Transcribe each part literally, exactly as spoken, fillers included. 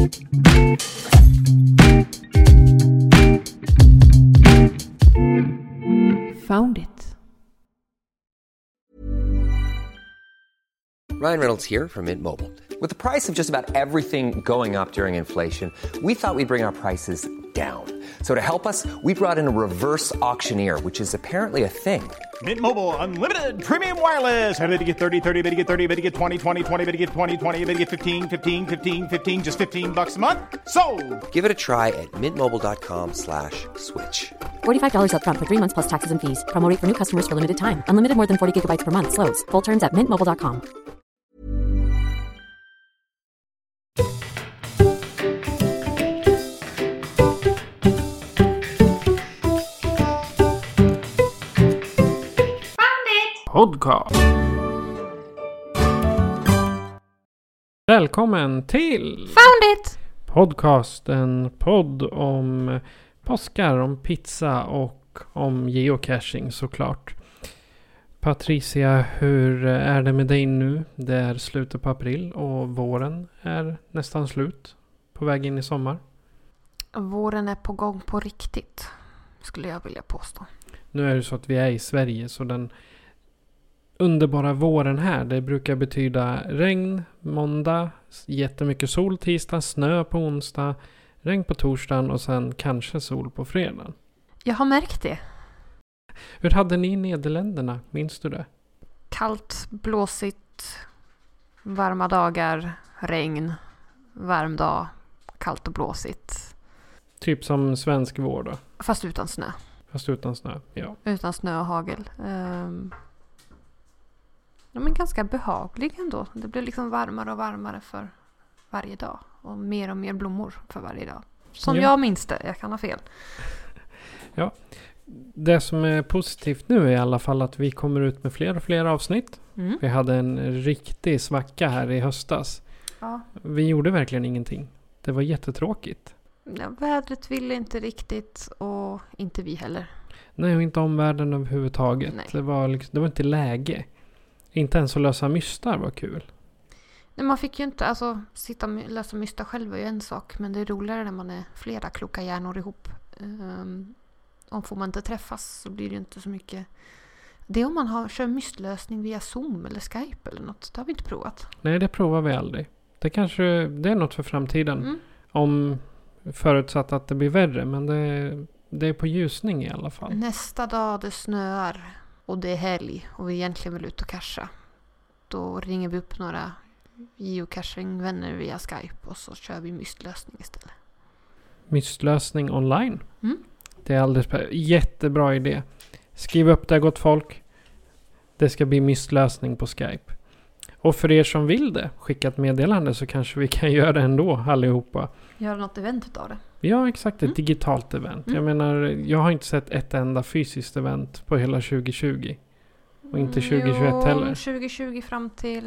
Found it. Ryan Reynolds here from Mint Mobile. With the price of just about everything going up during inflation, we thought we'd bring our prices down. So to help us, we brought in a reverse auctioneer, which is apparently a thing. Mint Mobile Unlimited Premium Wireless. How to get thirty, thirty, how to get thirty, how to get twenty, twenty, twenty, how to get twenty, twenty, how to get fifteen, fifteen, fifteen, fifteen, just fifteen bucks a month? Sold! Give it a try at mintmobile.com slash switch. forty-five dollars up front for three months plus taxes and fees. Promo rate for new customers for limited time. Unlimited more than forty gigabytes per month. Slows full terms at mint mobile dot com. Podcast. Välkommen till Found it! Podcast, en podd om påskar, om pizza och om geocaching såklart. Patricia, hur är det med dig nu? Det är slutet på april och våren är nästan slut, på väg in i sommar. Våren är på gång på riktigt, skulle jag vilja påstå. Nu är det så att vi är i Sverige, så den underbara våren här, det brukar betyda regn måndag, jättemycket sol tisdag, snö på onsdag, regn på torsdagen och sen kanske sol på fredagen. Jag har märkt det. Hur hade ni i Nederländerna? Minns du det? Kallt, blåsigt, varma dagar, regn, varm dag, kallt och blåsigt. Typ som svensk vår då? Fast utan snö. Fast utan snö, ja. Utan snö och hagel. Um, ja, men ganska behaglig ändå. Det blir liksom varmare och varmare för varje dag. Och mer och mer blommor för varje dag. Som ja. jag minns det. Jag kan ha fel. Ja. Det som är positivt nu är i alla fall att vi kommer ut med fler och fler avsnitt. Mm. Vi hade en riktig svacka här i höstas. Ja. Vi gjorde verkligen ingenting. Det var jättetråkigt. Ja, vädret ville inte riktigt och inte vi heller. Nej, och inte omvärlden överhuvudtaget. Nej. Det var, liksom, det var inte läge. Inte ens att lösa mystar var kul. Nej, man fick ju inte, alltså sitta och lösa mystar själv var ju en sak. Men det är roligare när man är flera kloka hjärnor ihop. Um, om får man inte träffas så blir det inte så mycket. Det är om man har, kör mystlösning via Zoom eller Skype eller något. Det har vi inte provat. Nej, det provar vi aldrig. Det kanske det är något för framtiden. Mm. Om förutsatt att det blir värre. Men det, det är på ljusning i alla fall. Nästa dag det snöar och det är helg och vi egentligen vill ut och casha. Då ringer vi upp några geocaching-vänner via Skype och så kör vi mystlösning istället. Mystlösning online. Mm. Det är alldeles jättebra idé. Skriv upp det, gott folk. Det ska bli mystlösning på Skype. Och för er som vill det, skicka ett meddelande så kanske vi kan göra det ändå allihopa. Göra något event utav det. Ja, exakt. Ett Mm. digitalt event. Mm. Jag menar, jag har inte sett ett enda fysiskt event på hela tjugo tjugo. Och inte tjugo tjugoett heller. tjugo tjugo fram till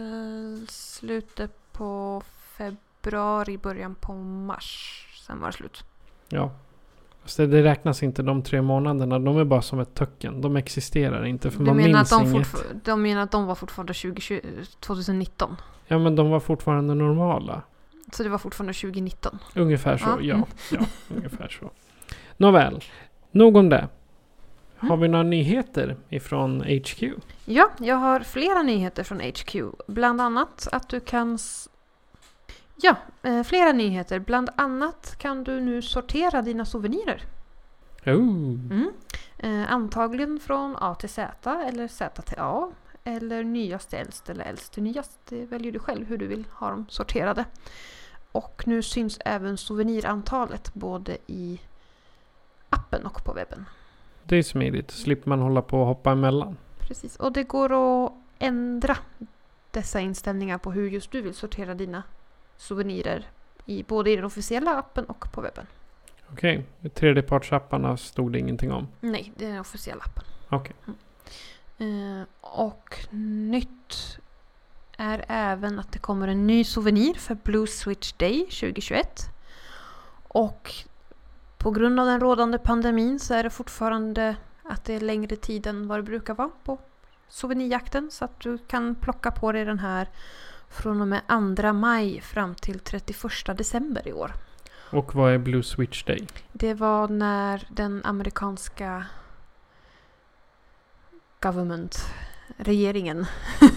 slutet på februari, början på mars. Sen var det slut. Ja. Fast det, det räknas inte de tre månaderna. De är bara som ett töcken. De existerar inte för Du man menar minns att de, inget. fortfar- de menar att de var fortfarande tjugo tjugo, tjugonitton? Ja, men de var fortfarande normala. Så det var fortfarande tjugonitton? Ungefär så, Ja. ja. Mm. ja, ungefär så. Nåväl, nog om det. Har Mm. vi några nyheter ifrån H Q? Ja, jag har flera nyheter från H Q. Bland annat att du kan... S- ja, eh, flera nyheter. Bland annat kan du nu sortera dina souvenirer. Oh. Mm. Eh, antagligen från A till Z eller Z till A. Eller nyast till äldst eller äldst till nyast. Det väljer du själv hur du vill ha dem sorterade. Och nu syns även souvenirantalet både i appen och på webben. Det är smidigt. Slipper man hålla på och hoppa emellan. Precis. Och det går att ändra dessa inställningar på hur just du vill sortera dina souvenirer i både i den officiella appen och på webben. Okej. Okay. Tredjepartsapparna stod det ingenting om. Nej, det är den officiella appen. Okej. Okay. Mm. Eh, och nytt är även att det kommer en ny souvenir för Blue Switch Day tjugohundratjugoett. Och på grund av den rådande pandemin så är det fortfarande att det är längre tid än vad det brukar vara på souvenirjakten. Så att du kan plocka på dig den här från och med andra maj fram till trettioförsta december i år. Och vad är Blue Switch Day? Det var när den amerikanska government, regeringen,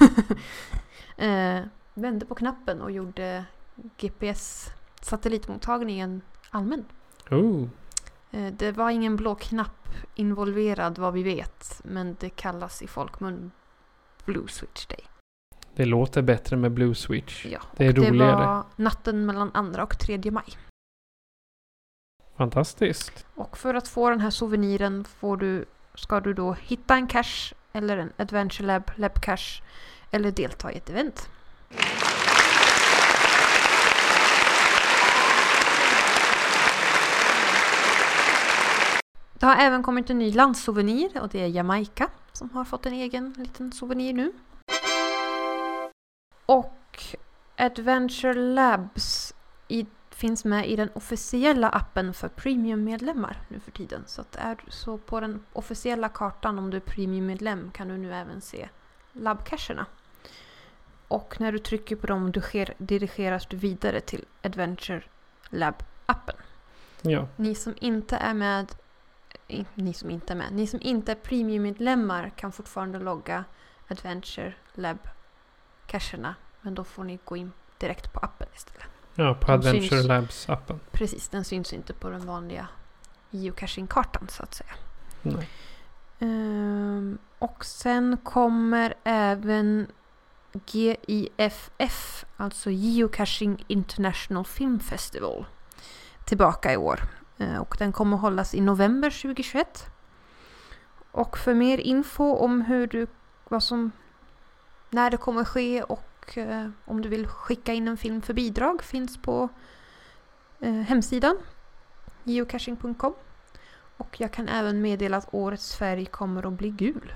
eh, vände på knappen och gjorde G P S-satellitmottagningen allmän. Oh. Eh, det var ingen blå knapp involverad vad vi vet, men det kallas i folkmun Blue Switch Day. Det låter bättre med Blue Switch. Ja, det är och roligare. Det var natten mellan andra och tredje maj. Fantastiskt. Och för att få den här souveniren får du, ska du då hitta en cache eller en Adventure Lab, Lab Cache eller delta i ett event. Det har även kommit en ny landssouvenir och det är Jamaica som har fått en egen liten souvenir nu. Och Adventure Labs i, finns med i den officiella appen för premiummedlemmar nu för tiden. Så, att är, så på den officiella kartan om du är premiummedlem kan du nu även se labcacherna. Och när du trycker på dem dirigeras du vidare till Adventure Lab-appen. Ja. Ni som inte är med Ni som inte är med. Ni som inte är premiummedlemmar kan fortfarande logga Adventure Lab-cacherna. Men då får ni gå in direkt på appen istället. Ja, på De Adventure syns, Labs-appen. Precis, den syns inte på den vanliga geocaching-kartan så att säga. Nej. Um, och sen kommer även G I F F, alltså Geocaching International Film Festival, tillbaka i år. Och den kommer hållas i november tjugohundratjugoett. Och för mer info om hur du, vad som, när det kommer ske och eh, om du vill skicka in en film för bidrag finns på eh, hemsidan geocaching punkt com. Och jag kan även meddela att årets färg kommer att bli gul.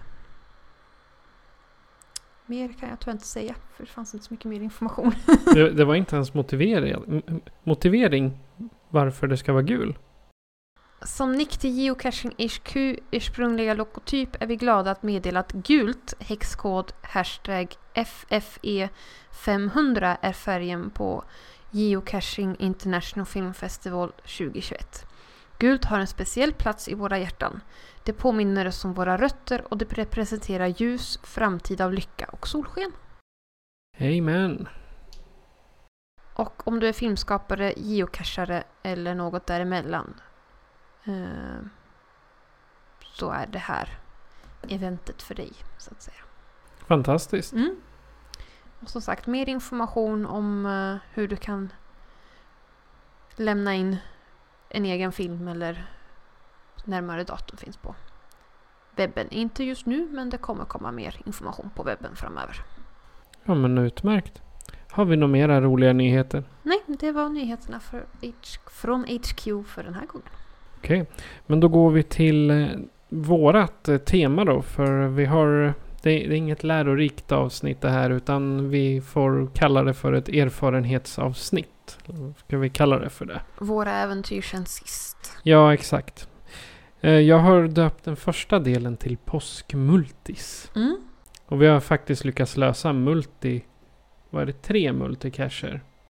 Mer kan jag tyvärr inte säga för det fanns inte så mycket mer information. det, det var inte ens motivering, motivering varför det ska vara gul. Som nick till Geocaching H Q ursprungliga logotyp är vi glada att meddela att gult häxkod hashtag F F E femhundra är färgen på Geocaching International Film Festival tjugohundratjugoett. Gult har en speciell plats i våra hjärtan. Det påminner oss om våra rötter och det representerar ljus, framtid av lycka och solsken. Amen. Och om du är filmskapare, geocachare eller något däremellan eh, så är det här eventet för dig så att säga. Fantastiskt. Mm. Och som sagt, mer information om eh, hur du kan lämna in en egen film eller närmare datum finns på webben. Inte just nu, men det kommer komma mer information på webben framöver. Ja, men utmärkt. Har vi några mera roliga nyheter? Nej, det var nyheterna för H- från H Q för den här gången. Okej, okay. Men då går vi till eh, vårat eh, tema då. För vi har, det är, det är inget lärorikt avsnitt det här utan vi får kalla det för ett erfarenhetsavsnitt. Ska vi kalla det för det? Våra äventyr sen sist. Ja, exakt. Eh, jag har döpt den första delen till påskmultis. Mm. Och vi har faktiskt lyckats lösa multi... Vad är det? Tre multicacher.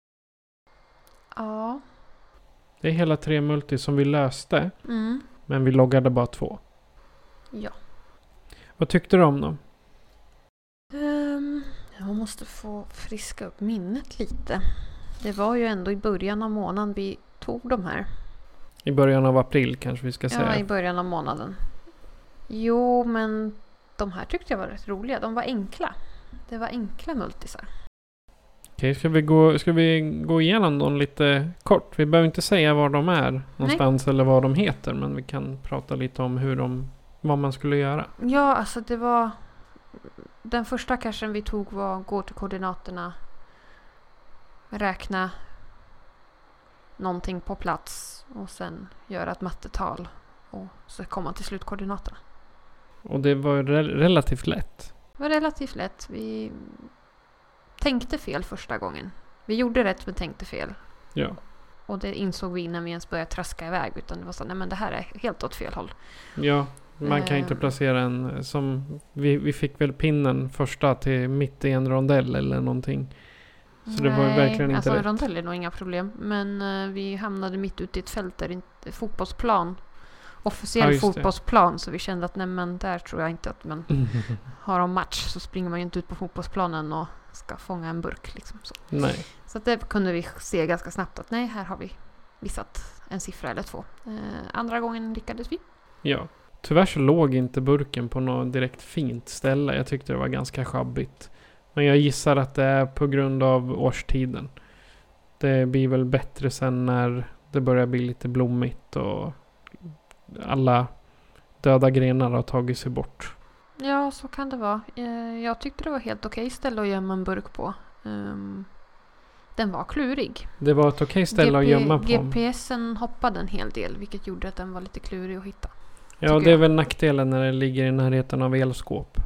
Ja. Det är hela tre multi som vi löste. Mm. Men vi loggade bara två. Ja. Vad tyckte du om dem? Um, jag måste få friska upp minnet lite. Det var ju ändå i början av månaden vi tog de här. I början av april kanske vi ska säga. Ja, i början av månaden. Jo, men de här tyckte jag var rätt roliga. De var enkla. Det var enkla multisar. Okej, ska vi gå, ska vi gå igenom dem lite kort? Vi behöver inte säga var de är någonstans. Nej. Eller vad de heter. Men vi kan prata lite om hur de, vad man skulle göra. Ja, alltså det var... Den första cachen vi tog var gå till koordinaterna. Räkna någonting på plats. Och sen göra ett mattetal. Och så komma till slutkoordinaterna. Och det var re- relativt lätt. Det var relativt lätt. Vi tänkte fel första gången. Vi gjorde rätt men tänkte fel. Ja. Och det insåg vi innan vi ens började traska iväg. Utan det var så, nej men det här är helt åt fel håll. Ja, man kan eh. inte placera en som... Vi, vi fick väl pinnen första till mitt i en rondell eller någonting. Så det var ju verkligen inte alltså rätt. rondell är nog inga problem. Men uh, vi hamnade mitt ute i ett fält där inte fotbollsplan. Officiell Ja, fotbollsplan. Så vi kände att nej, men där tror jag inte att man Mm. har en match. Så springer man ju inte ut på fotbollsplanen och ska fånga en burk. Liksom, så Nej. så att det kunde vi se ganska snabbt att nej, här har vi missat en siffra eller två. Uh, andra gången lyckades vi. Ja. Tyvärr så låg inte burken på något direkt fint ställe. Jag tyckte det var ganska schabbigt. Men jag gissar att det är på grund av årstiden. Det blir väl bättre sen när det börjar bli lite blommigt och alla döda grenar har tagit sig bort. Ja, så kan det vara. Uh, jag tyckte det var helt okej ställe att gömma en burk på. Um, den var klurig. Det var ett okej ställe G P, att gömma på. G P S'en hoppade en hel del, vilket gjorde att den var lite klurig att hitta. Ja, tycker det är jag. väl nackdelen när det ligger i närheten av elskåp.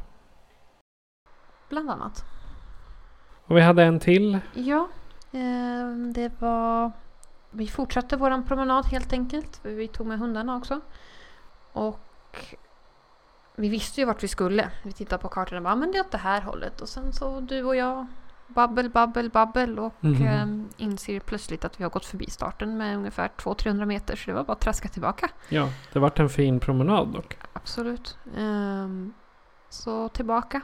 Bland annat. Och vi hade en till. Ja, eh, det var... Vi fortsatte våran promenad helt enkelt. Vi tog med hundarna också. Och vi visste ju vart vi skulle. Vi tittade på kartan och bara, men det är åt det här hållet. Och sen så du och jag, babbel, babbel, babbel. Och Mhm. eh, inser plötsligt att vi har gått förbi starten med ungefär två till tre hundra meter. Så det var bara att traska tillbaka. Ja, det vart en fin promenad dock. Absolut. Ehm, så tillbaka.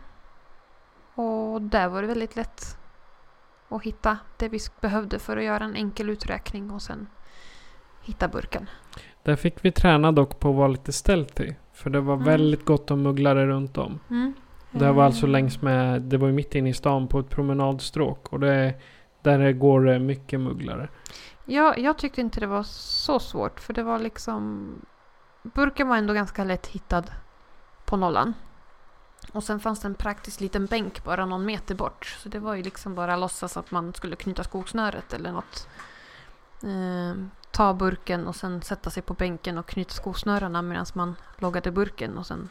Och där var det väldigt lätt att hitta det vi behövde för att göra en enkel uträkning och sen hitta burken. Där fick vi träna dock på att vara lite stealthy. För det var Mm. väldigt gott om mugglare runt om. Mm. Det var alltså Ehm, längs med, det var ju mitt inne i stan på ett promenadstråk. Och det, där det går det mycket mugglare. Ja, jag tyckte inte det var så svårt. För det var liksom... Burken var ändå ganska lätt hittad på nollan. Och sen fanns det en praktisk liten bänk bara någon meter bort. Så det var ju liksom bara låtsas att man skulle knyta skosnöret eller något. Ehm, ta burken och sen sätta sig på bänken och knyta skosnörarna medan man loggade burken. Och sen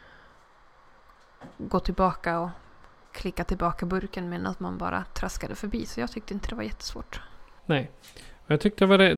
gå tillbaka och klicka tillbaka burken medan man bara traskade förbi. Så jag tyckte inte det var jättesvårt. Nej. Och jag tyckte det var det.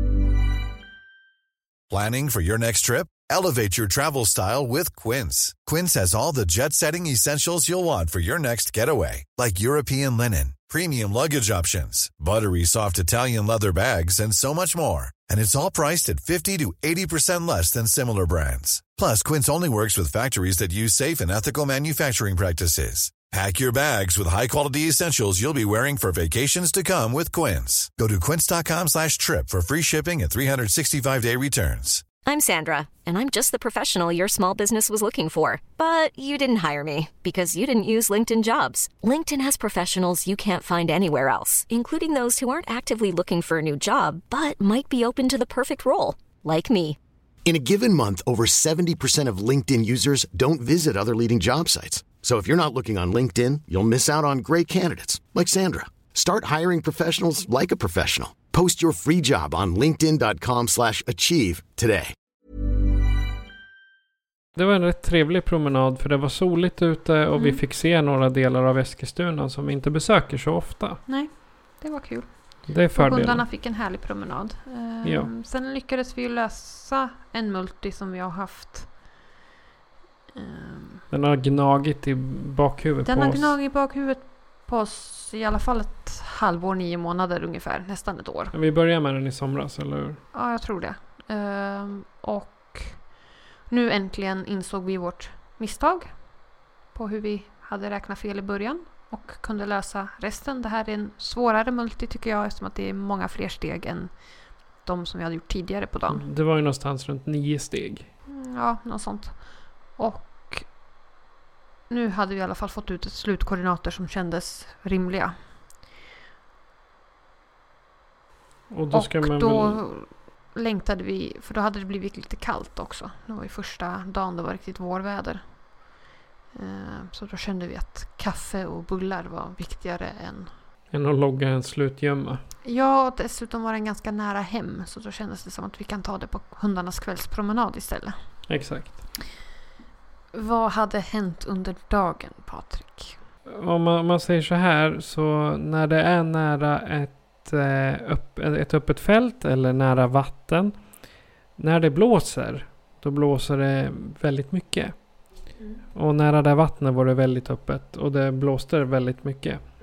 Planning for your next trip? Elevate your travel style with Quince. Quince has all the jet-setting essentials you'll want for your next getaway, like European linen, premium luggage options, buttery soft Italian leather bags, and so much more. And it's all priced at fifty to eighty percent less than similar brands. Plus, Quince only works with factories that use safe and ethical manufacturing practices. Pack your bags with high-quality essentials you'll be wearing for vacations to come with Quince. Go to quince.com slash trip for free shipping and three sixty-five day returns. I'm Sandra, and I'm just the professional your small business was looking for. But you didn't hire me because you didn't use LinkedIn Jobs. LinkedIn has professionals you can't find anywhere else, including those who aren't actively looking for a new job, but might be open to the perfect role, like me. In a given month, over seventy percent of LinkedIn users don't visit other leading job sites. So if you're not looking on LinkedIn, you'll miss out on great candidates like Sandra. Start hiring professionals like a professional. Post your free job on linkedin.com slash achieve today. Det var en rätt trevlig promenad för det var soligt ute och Mm. vi fick se några delar av Eskilstuna som vi inte besöker så ofta. Nej, det var kul. Det är Och fördelen. hundarna fick en härlig promenad. Ehm, Ja. Sen lyckades vi ju lösa en multi som vi har haft. Ehm, Den har gnagit i bakhuvudet den på har oss. gnagit i bakhuvudet på oss i alla fall ett halvår, nio månader ungefär. Nästan ett år. Vi började med den i somras, eller hur? Ja, jag tror det. Ehm, och nu äntligen insåg vi vårt misstag på hur vi hade räknat fel i början och kunde lösa resten. Det här är en svårare multi tycker jag eftersom att det är många fler steg än de som vi hade gjort tidigare på dagen. Det var ju någonstans runt nio steg. Mm, Ja, något sånt. Och nu hade vi i alla fall fått ut ett slutkoordinater som kändes rimliga. Och då ska och man då väl... längtade vi, för då hade det blivit lite kallt också. Det var ju första dagen det var riktigt vårväder. Eh, Så då kände vi att kaffe och bullar var viktigare än... än att logga en slutgömma. Ja, och dessutom var den ganska nära hem. Så då kändes det som att vi kan ta det på hundarnas kvällspromenad istället. Exakt. Vad hade hänt under dagen, Patrik? Om man, om man säger så här, så när det är nära ett, eh, upp, ett öppet fält eller nära vatten, när det blåser, då blåser det väldigt mycket. Mm. Och nära det vattnet var det väldigt öppet och det blåste väldigt mycket.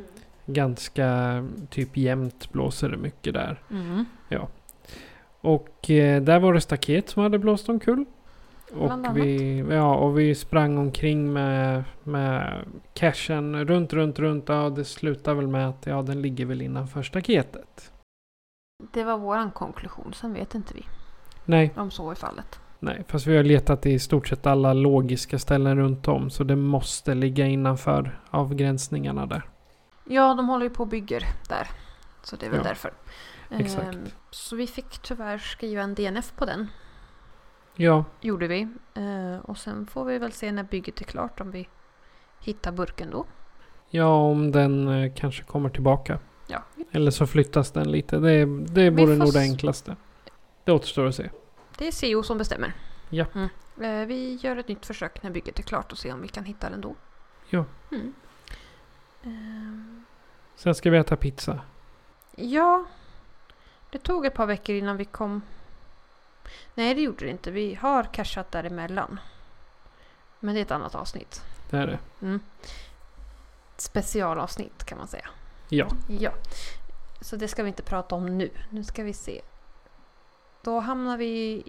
ganska typ jämnt blåser det mycket där. Mm. Ja. Och eh, där var det staket som hade blåst omkull. Bland Och vi, ja, och vi sprang omkring med, med cashen runt, runt, runt. Ja, det slutar väl med att ja, den ligger väl innanför staketet. Det var våran konklusion, sen vet inte vi Nej, om så är fallet. nej, fast vi har letat i stort sett alla logiska ställen runt om. Så det måste ligga innanför avgränsningarna där. Ja, de håller ju på och bygger där. Så det är väl Ja, därför. exakt. Ehm, så vi fick tyvärr skriva en D N F på den. Ja, Gjorde vi. Ehm, och sen får vi väl se när bygget är klart om vi hittar burken då. ja om den eh, kanske kommer tillbaka. Ja. Eller så flyttas den lite. Det, det vore får nog s- det enklaste. Det återstår att se. Det är C E O som bestämmer. Ja. Mm. Ehm, vi gör ett nytt försök när bygget är klart och se om vi kan hitta den då. Ja. Mm. Ehm, Sen ska vi äta pizza. ja. Det tog ett par veckor innan vi kom. Nej, det gjorde det inte. Vi har cashat däremellan. Men det är ett annat avsnitt. Det är det. Mm. Specialavsnitt kan man säga. Ja. Ja. Så det ska vi inte prata om nu. Nu ska vi se. Då hamnar vi i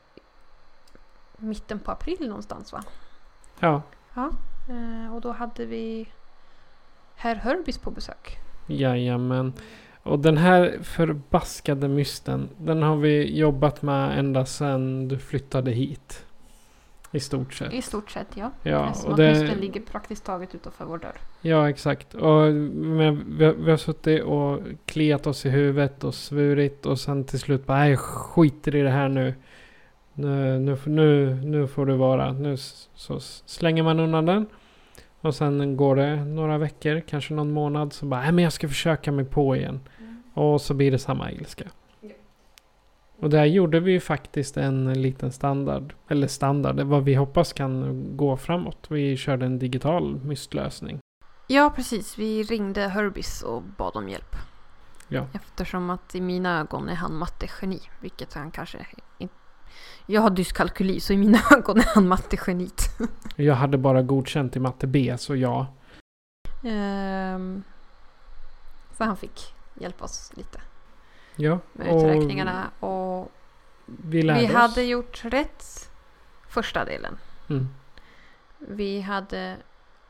mitten på april någonstans, va? Ja. Ja. Eh, och då hade vi herr Hörbis på besök. Jajamän. Och den här förbaskade mysten, den har vi jobbat med ända sedan du flyttade hit. I stort sett. I stort sett, ja. Ja, det är som och att det- mysten ligger praktiskt taget utanför vår dörr. Ja, exakt. Och men vi, har- vi har suttit och kliat oss i huvudet och svurit och sen till slut bara, nej, skiter i det här nu. Nu, nu, nu, nu får det vara. Nu s- så slänger man undan den. Och sen går det några veckor, kanske någon månad, så bara, nej men jag ska försöka mig på igen. Och så blir det samma ilska. Och där gjorde vi ju faktiskt en liten standard, eller standard, vad vi hoppas kan gå framåt. Vi körde en digital mystlösning. Ja, precis. Vi ringde Hörbis och bad om hjälp. Ja. Eftersom att i mina ögon är han mattegeni. Vilket han kanske inte... Jag har dyskalkyli, så i mina ögon är han mattegeniet. Jag hade bara godkänt i matte B, så ja. Ehm, så han fick hjälpa oss lite Ja. med uträkningarna. Och vi lärde vi oss. hade gjort rätt första delen. Mm. Vi hade...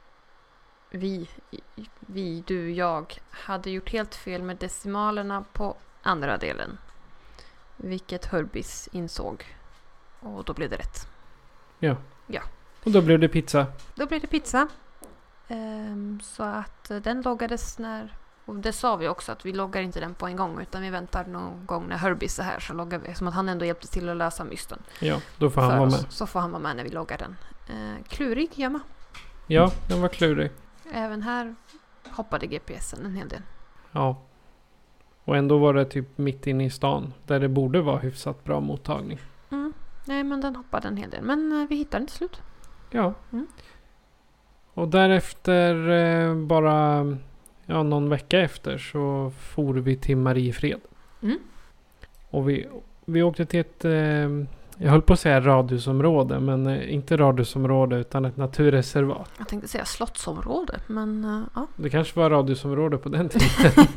Vi, vi, du, jag hade gjort helt fel med decimalerna på andra delen. Vilket Hörbis insåg. Och då blev det rätt. Ja. Ja. Och då blev det pizza. Då blev det pizza. Ehm, så att eh, den loggades när... Och det sa vi också, att vi loggar inte den på en gång. Utan vi väntar någon gång när Hörbis är här. Så loggar vi. Som att han ändå hjälpte till att lösa mysten. Ja, då får han för vara oss. med. Så får han vara med när vi loggar den. Ehm, klurig gömma. Ja, den var klurig. Även här hoppade G P S'en en hel del. Ja. Och ändå var det typ mitt inne i stan. Där det borde vara hyfsat bra mottagning. Mm. Nej, men den hoppade en hel del. Men eh, vi hittade den till slut. Ja. Mm. Och därefter eh, bara ja, någon vecka efter så for vi till Mariefred. Mm. Och vi, vi åkte till ett, eh, jag höll på att säga radhusområde, men eh, inte radhusområde utan ett naturreservat. Jag tänkte säga slottsområde, men uh, ja. Det kanske var radhusområde på den tiden.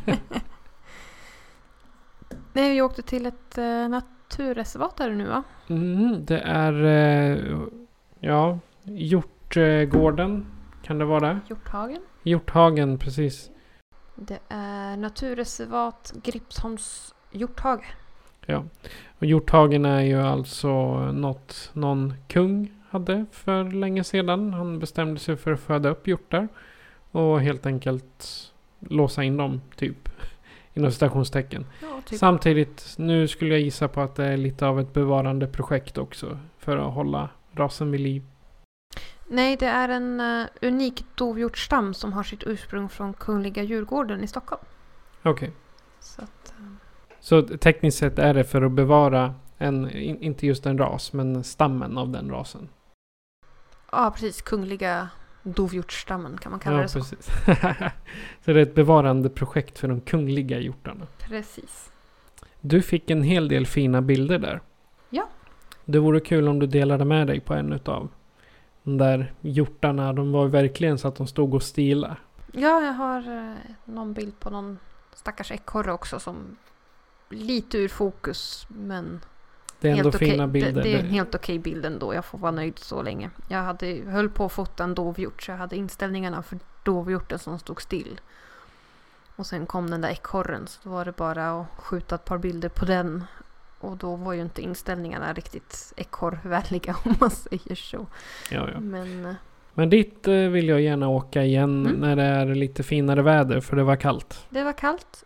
Nej, vi åkte till ett uh, naturreservat där nu, va? Mm, det är eh, ja, Hjortgården kan det vara. Hjorthagen. Hjorthagen, precis. Det är naturreservat Gripsholms Hjorthage. Ja. Och Hjorthagen är ju alltså något någon kung hade för länge sedan. Han bestämde sig för att föda upp hjortar. Och helt enkelt låsa in dem, typ. Inom citationstecken. Ja, typ. Samtidigt, nu skulle jag gissa på att det är lite av ett bevarande projekt också. För att hålla rasen vid liv. Nej, det är en uh, unik dovhjortsstam som har sitt ursprung från Kungliga Djurgården i Stockholm. Okej. Okay. Så att... Uh... Så tekniskt sett är det för att bevara en, in, inte just en ras, men stammen av den rasen. Ja, precis. Kungliga dovhjortsstammen kan man kalla Ja, det så. precis. Så det är ett bevarande projekt för de kungliga hjortarna. Precis. Du fick en hel del fina bilder där. Ja. Det vore kul om du delade med dig på en utav de där hjortarna. De var verkligen så att de stod och stila. Ja, jag har eh, någon bild på någon stackars ekorre också som lite ur fokus, men Det är ändå helt okej. fina bilder. Det, det är en helt okej bild ändå. Jag får vara nöjd så länge. Jag hade, höll på att fota en dovhjort, så jag hade inställningarna för dovhjorten som stod still. Och sen kom den där ekorren, så då var det bara att skjuta ett par bilder på den. Och då var ju inte inställningarna riktigt ekorrvänliga, om man säger så. Ja, ja. Men, eh, Men dit eh, vill jag gärna åka igen Mm. när det är lite finare väder, för det var kallt. det var kallt.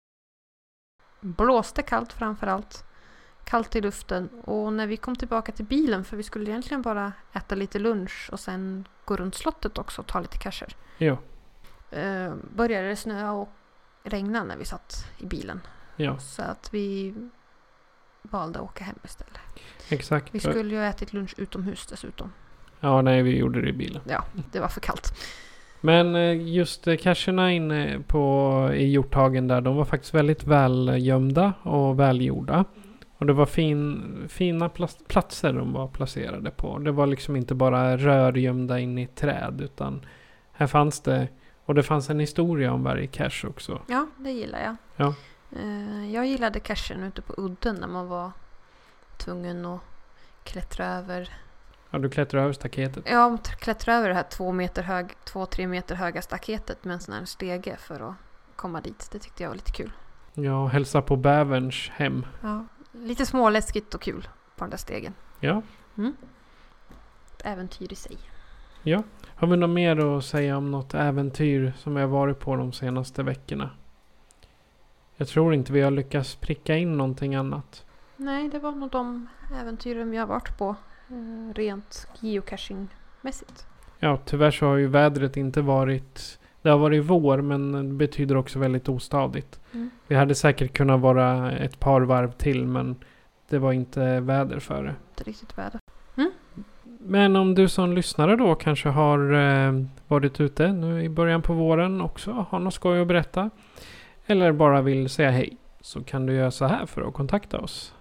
Blåste kallt framförallt. Kallt i luften. Och när vi kom tillbaka till bilen, för vi skulle egentligen bara äta lite lunch och sen gå runt slottet också och ta lite cacher. Ja, Eh, började det snöa och regna när vi satt i bilen. ja, Så att vi valde att åka hem istället. exakt. Vi skulle ju ha ätit lunch utomhus dessutom. Ja, nej, vi gjorde det i bilen. Ja, det var för kallt. Men eh, just eh, cacherna inne på, i Hjorthagen där, de var faktiskt väldigt väl gömda och välgjorda. Och det var fin, fina plas- platser de var placerade på. Det var liksom inte bara rör gömda in i träd, utan här fanns det, och det fanns en historia om varje cache också. Ja, det gillar jag. Ja. Eh, jag gillade cachen ute på udden när man var tvungen att klättra över. Ja, du klättrar över staketet. Ja, t- klättra över det här två meter hög, två, tre meter höga staketet med en sån här stege för att komma dit. Det tyckte jag var lite kul. Ja, hälsa på bäverns hem. Ja, lite småläskigt och kul på den där stegen. Ja, Ett äventyr i sig. ja. Har vi något mer att säga om något äventyr som vi har varit på de senaste veckorna? Jag tror inte vi har lyckats pricka in någonting annat. Nej, det var nog de äventyren vi har varit på. Eh, rent geocaching-mässigt. Ja, tyvärr så har ju vädret inte varit... Det har varit vår, men det betyder också väldigt ostadigt. Mm. Vi hade säkert kunnat vara ett par varv till, men det var inte väder för det. Inte riktigt väder. Men om du som lyssnare då kanske har eh, varit ute nu i början på våren också, har något skoj att berätta, eller bara vill säga hej, så kan du göra så här för att kontakta oss.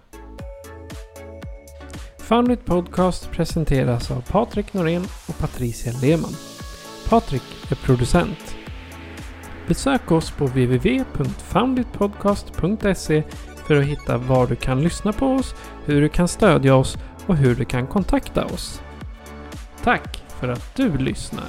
Foundit Podcast presenteras av Patrik Norén och Patricia Lehmann. Patrik är producent. Besök oss på w w w punkt founditpodcast punkt se för att hitta var du kan lyssna på oss, hur du kan stödja oss och hur du kan kontakta oss. Tack för att du lyssnar.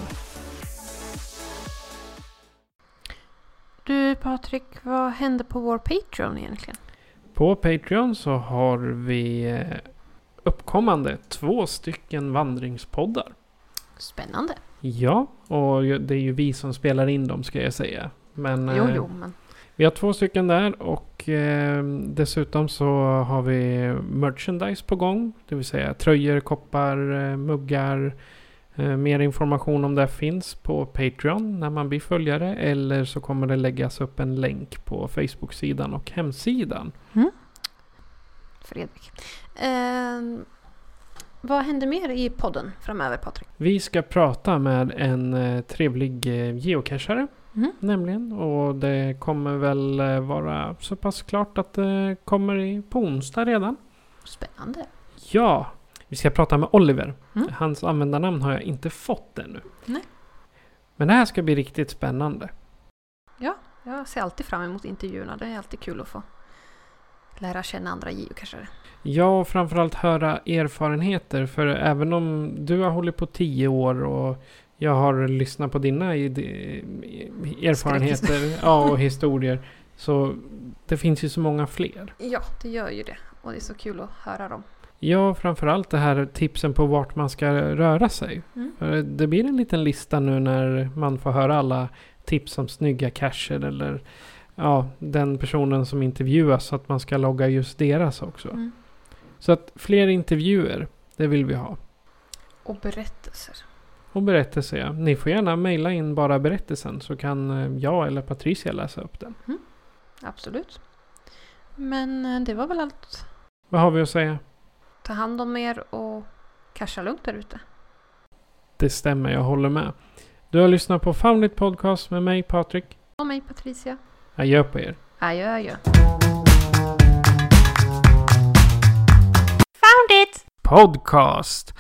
Du Patrik, vad hände på vår Patreon egentligen? På Patreon så har vi eh, uppkommande två stycken vandringspoddar. Spännande. Ja, och ju- det är ju vi som spelar in dem, ska jag säga. Men Jo, eh, jo, men vi har två stycken där, och eh, dessutom så har vi merchandise på gång. Det vill säga tröjor, koppar, eh, muggar. Eh, mer information om det finns på Patreon när man blir följare. Eller så kommer det läggas upp en länk på Facebook-sidan och hemsidan. Fredrik. Eh, vad händer mer i podden framöver, Patrik? Vi ska prata med en eh, trevlig eh, geocachare. Mm. Nämligen. Och det kommer väl eh, vara så pass klart att det kommer i, på onsdag redan. Spännande. Ja, vi ska prata med Oliver. Mm. Hans användarnamn har jag inte fått ännu. Nej. Men det här ska bli riktigt spännande. Ja, jag ser alltid fram emot intervjuerna. Det är alltid kul att få lära känna andra geocachare. Ja, och framförallt höra erfarenheter. För även om du har hållit på tio år och jag har lyssnat på dina ide- erfarenheter ja, och historier. Så det finns ju så många fler. Ja, det gör ju det. Och det är så kul att höra dem. Ja, framförallt det här tipsen på vart man ska röra sig. Mm. För det blir en liten lista nu när man får höra alla tips om snygga cacher eller ja, den personen som intervjuas, så att man ska logga just deras också. Mm. Så att fler intervjuer, det vill vi ha. Och berättelser. Och berättelser, ja. Ni får gärna mejla in bara berättelsen, så kan eh, jag eller Patricia läsa upp den. Absolut. Men eh, det var väl allt. Vad har vi att säga? Ta hand om er och casha lugnt där ute. Det stämmer, jag håller med. Du har lyssnat på Foundit Podcast med mig, Patrik. Och mig, Patricia. Adjö på er. Adjö, adjö. Found it! Podcast.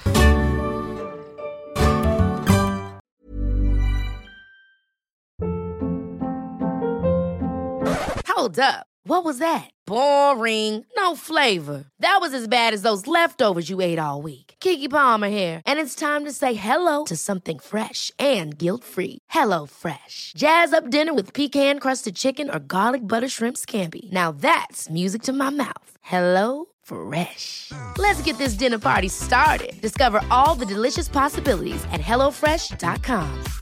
Hold up. What was that? Boring. No flavor. That was as bad as those leftovers you ate all week. Keke Palmer here, and it's time to say hello to something fresh and guilt-free. Hello Fresh. Jazz up dinner with pecan-crusted chicken or garlic butter shrimp scampi. Now that's music to my mouth. Hello Fresh. Let's get this dinner party started. Discover all the delicious possibilities at hello fresh dot com.